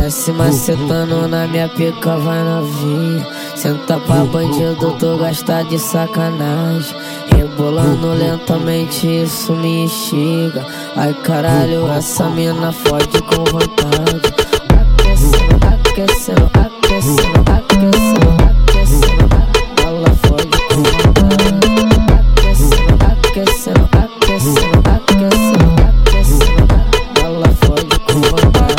Desce macetando na minha pica, vai novinha. Senta pra bandido, tu gasta de sacanagem. Rebolando lentamente, isso me instiga. Ai caralho, essa mina fode com vontade. Aquecendo, aquecendo, aquecendo, aquecendo, aquecendo. Ela fode com vontade. Aquecendo, aquecendo, aquecendo, aquecendo, aquecendo. Ela fode com vontade.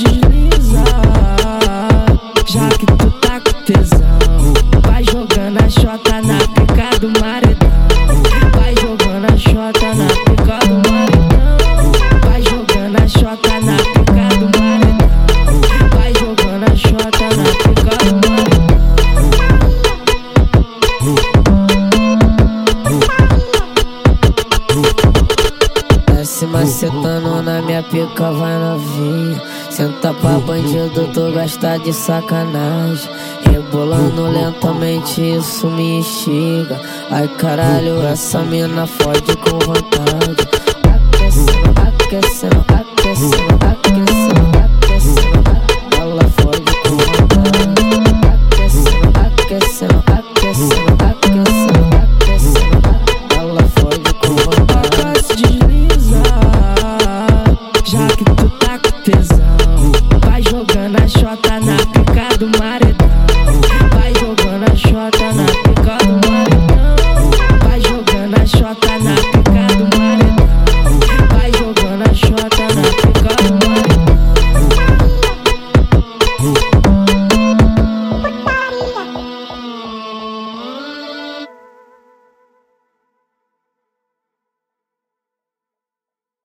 Já que tu tá com tesão, vai jogando a chota na pica do maridão. Vai jogando a chota na pica do maridão. Vai jogando a chota na pica do maridão. Vai jogando a chota na pica do maridão. Desce macetando na minha pica, vai novinha. Senta pra bandido, tu gasta de sacanagem. Rebolando lentamente, isso me instiga. Ai caralho, essa mina fode com vontade. Aquecendo, aquecendo, aquecendo, aquecendo, aquecendo. Ela fode com vontade. Aquecendo, aquecendo, aquecendo, aquecendo, aquecendo. Ela fode com vontade. Se deslizar, já que tu tá com tesão, vai jogando a chota na